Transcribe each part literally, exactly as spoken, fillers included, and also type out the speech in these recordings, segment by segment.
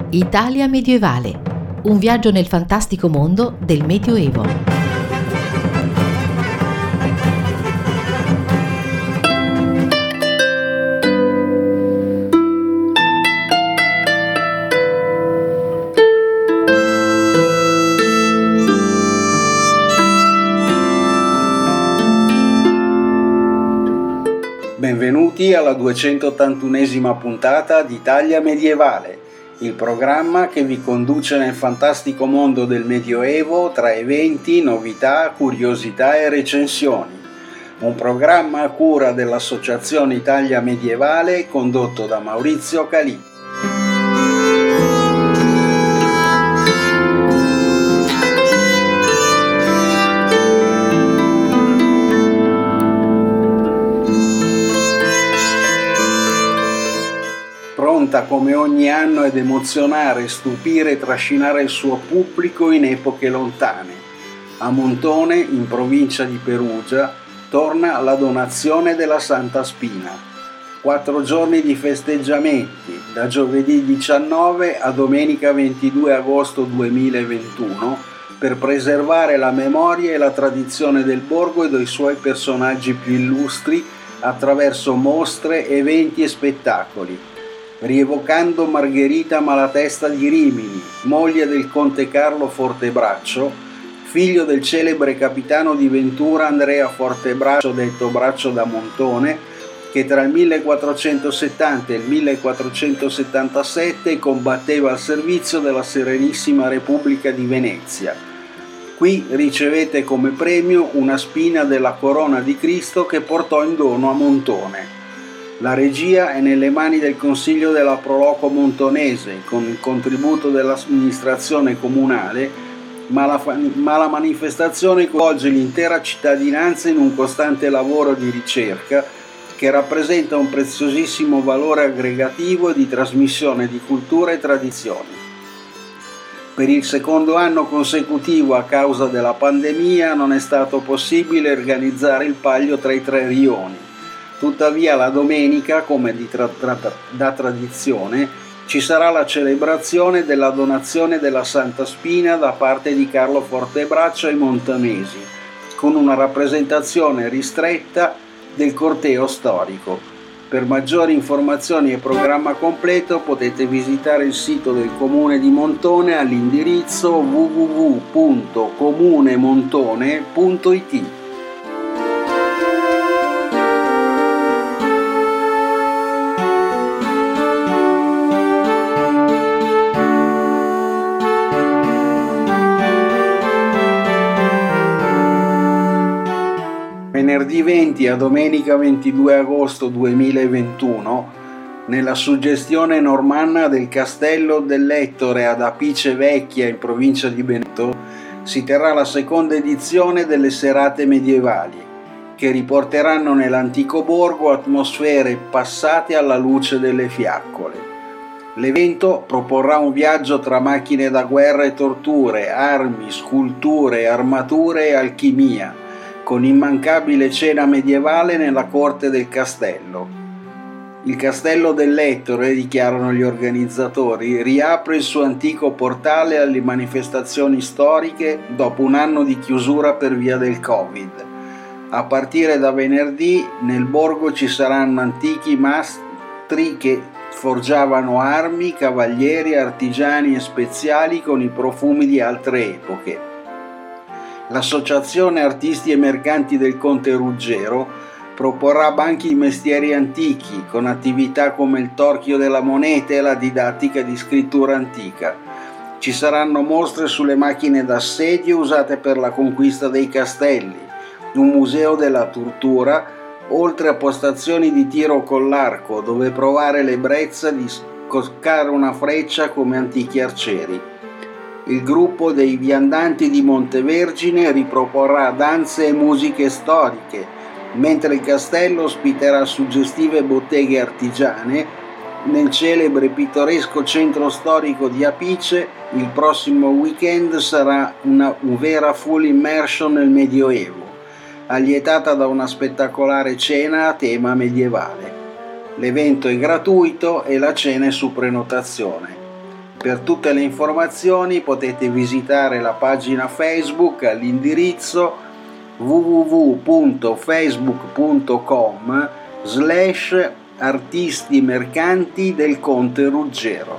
Italia medievale. Un viaggio nel fantastico mondo del Medioevo. Benvenuti alla duecentottantunesima puntata di Italia medievale, il programma che vi conduce nel fantastico mondo del Medioevo tra eventi, novità, curiosità e recensioni. Un programma a cura dell'Associazione Italia Medievale condotto da Maurizio Calì. Pronta come ogni anno ad emozionare, stupire e trascinare il suo pubblico in epoche lontane. A Montone, in provincia di Perugia, torna la donazione della Santa Spina. Quattro giorni di festeggiamenti, da giovedì diciannove a domenica ventidue agosto duemilaventuno, per preservare la memoria e la tradizione del borgo e dei suoi personaggi più illustri attraverso mostre, eventi e spettacoli. Rievocando Margherita Malatesta di Rimini, moglie del conte Carlo Fortebraccio, figlio del celebre capitano di Ventura Andrea Fortebraccio detto Braccio da Montone, che tra il millequattrocentosettanta e il millequattrocentosettantasette combatteva al servizio della Serenissima Repubblica di Venezia. Qui ricevete come premio una spina della Corona di Cristo che portò in dono a Montone. La regia è nelle mani del Consiglio della Proloco Montonese, con il contributo dell'amministrazione comunale, ma la, ma la manifestazione coinvolge l'intera cittadinanza in un costante lavoro di ricerca che rappresenta un preziosissimo valore aggregativo e di trasmissione di cultura e tradizioni. Per il secondo anno consecutivo, a causa della pandemia, non è stato possibile organizzare il Palio tra i tre rioni. Tuttavia la domenica, come di tra- tra- da tradizione, ci sarà la celebrazione della donazione della Santa Spina da parte di Carlo Fortebraccio ai montanesi, con una rappresentazione ristretta del corteo storico. Per maggiori informazioni e programma completo potete visitare il sito del Comune di Montone all'indirizzo w w w punto comunemontone punto i t. Venerdì venti a domenica ventidue agosto duemilaventuno, nella suggestione normanna del Castello dell'Ettore ad Apice Vecchia in provincia di Benevento, si terrà la seconda edizione delle serate medievali, che riporteranno nell'antico borgo atmosfere passate alla luce delle fiaccole. L'evento proporrà un viaggio tra macchine da guerra e torture, armi, sculture, armature e alchimia, con immancabile cena medievale nella corte del castello. Il castello dell'Ettore, dichiarano gli organizzatori, riapre il suo antico portale alle manifestazioni storiche dopo un anno di chiusura per via del Covid. A partire da venerdì nel borgo ci saranno antichi mastri che forgiavano armi, cavalieri, artigiani e speziali con i profumi di altre epoche. L'Associazione Artisti e Mercanti del Conte Ruggero proporrà banchi di mestieri antichi con attività come il torchio della moneta e la didattica di scrittura antica. Ci saranno mostre sulle macchine d'assedio usate per la conquista dei castelli, un museo della tortura, oltre a postazioni di tiro con l'arco dove provare l'ebbrezza di scoccare una freccia come antichi arcieri. Il gruppo dei Viandanti di Montevergine riproporrà danze e musiche storiche, mentre il castello ospiterà suggestive botteghe artigiane. Nel celebre e pittoresco centro storico di Apice, il prossimo weekend sarà una, una vera full immersion nel Medioevo, allietata da una spettacolare cena a tema medievale. L'evento è gratuito e la cena è su prenotazione. Per tutte le informazioni potete visitare la pagina Facebook all'indirizzo w w w punto facebook punto com slash artisti mercanti del Conte Ruggero.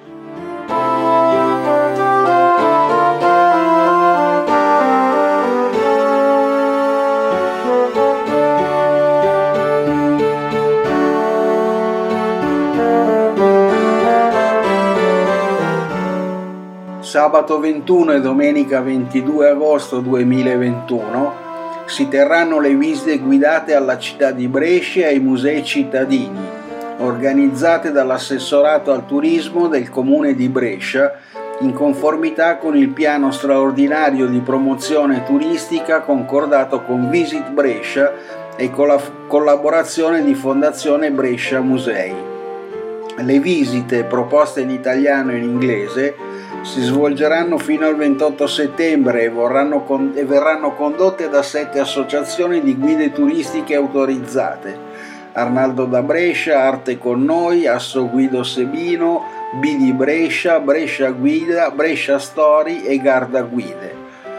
Sabato ventuno e domenica ventidue agosto duemilaventuno si terranno le visite guidate alla città di Brescia e ai musei cittadini, organizzate dall'assessorato al turismo del comune di Brescia, in conformità con il piano straordinario di promozione turistica concordato con Visit Brescia e con la collaborazione di Fondazione Brescia Musei. Le visite, proposte in italiano e in inglese, si svolgeranno fino al ventotto settembre e, con- e verranno condotte da sette associazioni di guide turistiche autorizzate: Arnaldo da Brescia, Arte con Noi, Asso Guido Sebino, B di Brescia, Brescia Guida, Brescia Story e Garda Guide.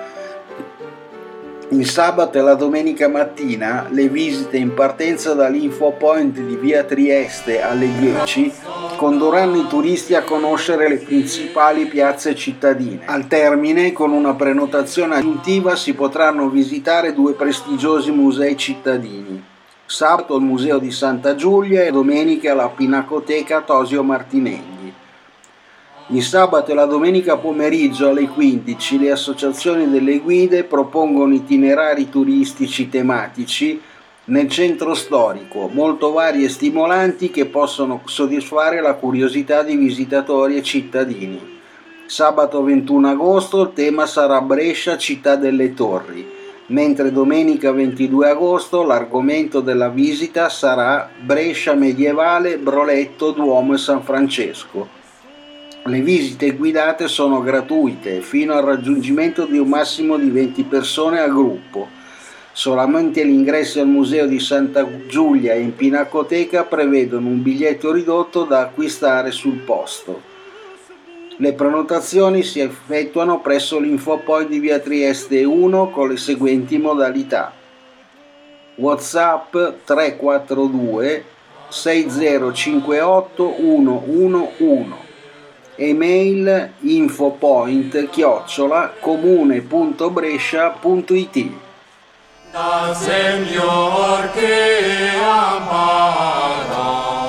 Il sabato e la domenica mattina le visite in partenza dall'Info Point di via Trieste alle dieci condurranno i turisti a conoscere le principali piazze cittadine. Al termine, con una prenotazione aggiuntiva, si potranno visitare due prestigiosi musei cittadini. Sabato il Museo di Santa Giulia e domenica la Pinacoteca Tosio Martinelli. Il sabato e la domenica pomeriggio alle quindici le associazioni delle guide propongono itinerari turistici tematici nel centro storico, molto vari e stimolanti, che possono soddisfare la curiosità di visitatori e cittadini. Sabato ventuno agosto il tema sarà Brescia, città delle torri, mentre domenica ventidue agosto l'argomento della visita sarà Brescia medievale, Broletto, Duomo e San Francesco. Le visite guidate sono gratuite fino al raggiungimento di un massimo di venti persone al gruppo. Solamente l'ingresso al Museo di Santa Giulia e in Pinacoteca prevedono un biglietto ridotto da acquistare sul posto. Le prenotazioni si effettuano presso l'Infopoint di via Trieste uno con le seguenti modalità: WhatsApp tre quattro due sei zero cinque otto uno uno uno, email infopoint chiocciola comune punto brescia punto it. Dal Señor que ampara,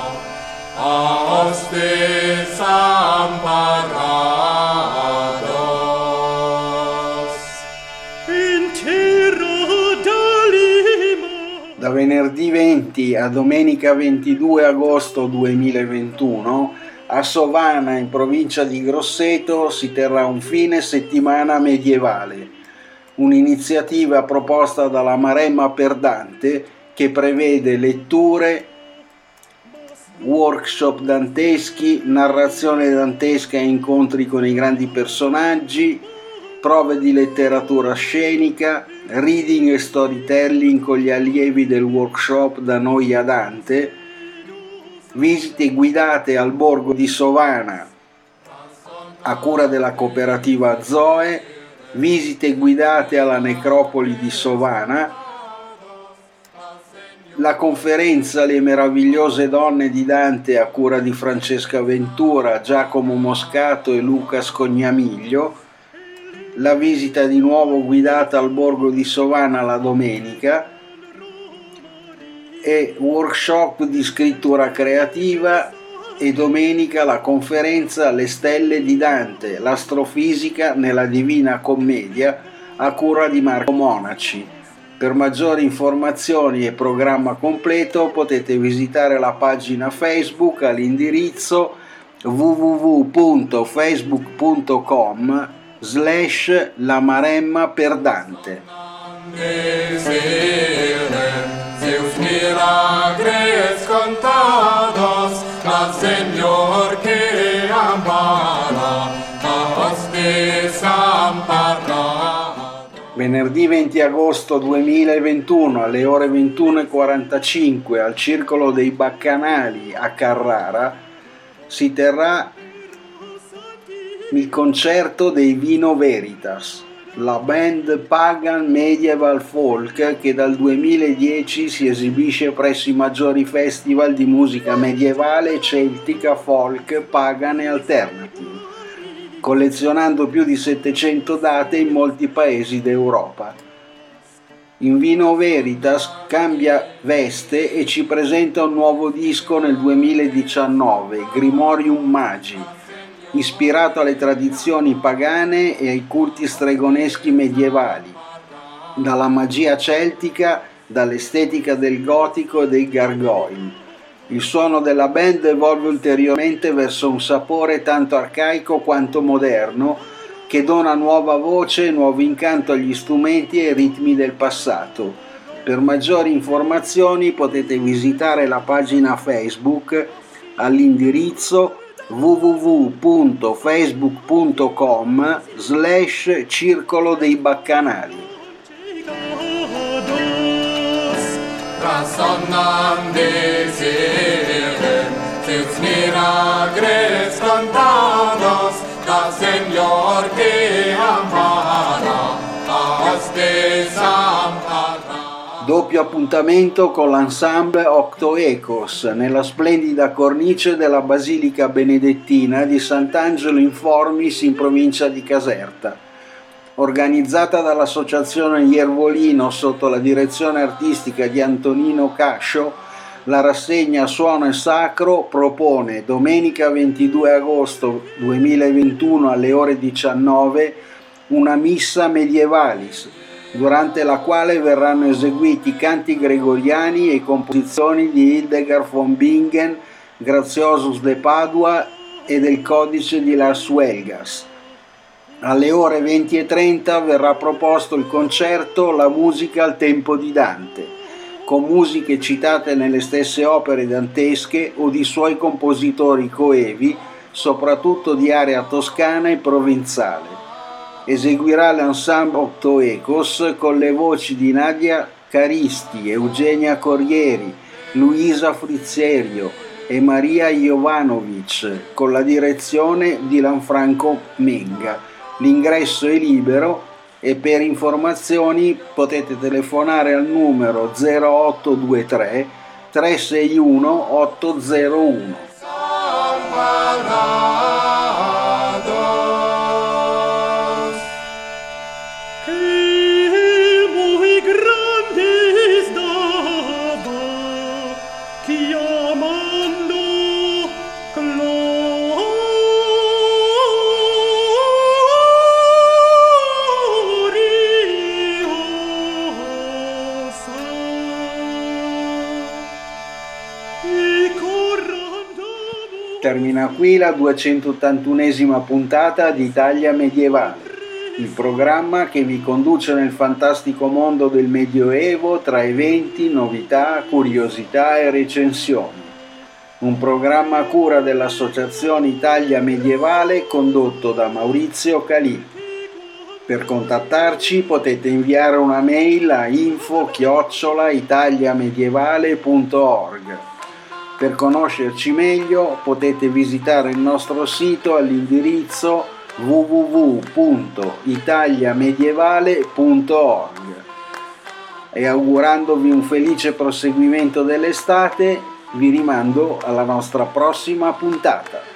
a usted amparados. In terra d'Alima. Da venerdì venti a domenica ventidue agosto duemilaventuno a Sovana, in provincia di Grosseto, si terrà un fine settimana medievale. Un'iniziativa proposta dalla Maremma per Dante che prevede letture, workshop danteschi, narrazione dantesca e incontri con i grandi personaggi, prove di letteratura scenica, reading e storytelling con gli allievi del workshop Da Noi a Dante, visite guidate al borgo di Sovana a cura della cooperativa Zoe, visite guidate alla necropoli di Sovana, la conferenza Le meravigliose donne di Dante a cura di Francesca Ventura, Giacomo Moscato e Luca Scognamiglio, la visita di nuovo guidata al borgo di Sovana la domenica e workshop di scrittura creativa, e domenica la conferenza Le stelle di Dante, l'astrofisica nella Divina Commedia a cura di Marco Monaci. Per maggiori informazioni e programma completo potete visitare la pagina Facebook all'indirizzo w w w punto facebook punto com slash la Maremma per Dante. Seus milagres contados, al Señor que ampara, a usted ampara. Venerdì venti agosto duemilaventuno alle ore ventuno e quarantacinque al Circolo dei Baccanali a Carrara si terrà il concerto dei Vino Veritas, la band pagan medieval folk che dal duemiladieci si esibisce presso i maggiori festival di musica medievale, celtica, folk, pagan e alternative, collezionando più di settecento date in molti paesi d'Europa. In Vino Veritas cambia veste e ci presenta un nuovo disco nel duemiladiciannove, Grimorium Magi, ispirato alle tradizioni pagane e ai culti stregoneschi medievali, dalla magia celtica, dall'estetica del gotico e dei gargoyle. Il suono della band evolve ulteriormente verso un sapore tanto arcaico quanto moderno, che dona nuova voce e nuovo incanto agli strumenti e ai ritmi del passato. Per maggiori informazioni potete visitare la pagina Facebook all'indirizzo w w w punto facebook punto com slash circolo dei baccanali. Da Señor que ampara, este desamparado. Doppio appuntamento con l'ensemble Octoecos nella splendida cornice della Basilica Benedettina di Sant'Angelo in Formis in provincia di Caserta. Organizzata dall'associazione Iervolino sotto la direzione artistica di Antonino Cascio, la rassegna Suono e Sacro propone domenica ventidue agosto duemilaventuno alle ore diciannove una missa medievalis, durante la quale verranno eseguiti canti gregoriani e composizioni di Hildegard von Bingen, Graziosus de Padua e del Codice di Las Huelgas. Alle ore venti e trenta verrà proposto il concerto La musica al tempo di Dante, con musiche citate nelle stesse opere dantesche o di suoi compositori coevi, soprattutto di area toscana e provenzale. Eseguirà l'ensemble Octoecos con le voci di Nadia Caristi, Eugenia Corrieri, Luisa Frizzerio e Maria Jovanovic, con la direzione di Lanfranco Menga. L'ingresso è libero e per informazioni potete telefonare al numero zero otto due tre tre sei uno otto zero uno. Termina qui la duecentottantunesima puntata di Italia Medievale, il programma che vi conduce nel fantastico mondo del Medioevo tra eventi, novità, curiosità e recensioni. Un programma a cura dell'Associazione Italia Medievale condotto da Maurizio Calì. Per contattarci potete inviare una mail a info chiocciola italiamedievale punto org. Per conoscerci meglio potete visitare il nostro sito all'indirizzo w w w punto italiamedievale punto org. E augurandovi un felice proseguimento dell'estate, vi rimando alla nostra prossima puntata.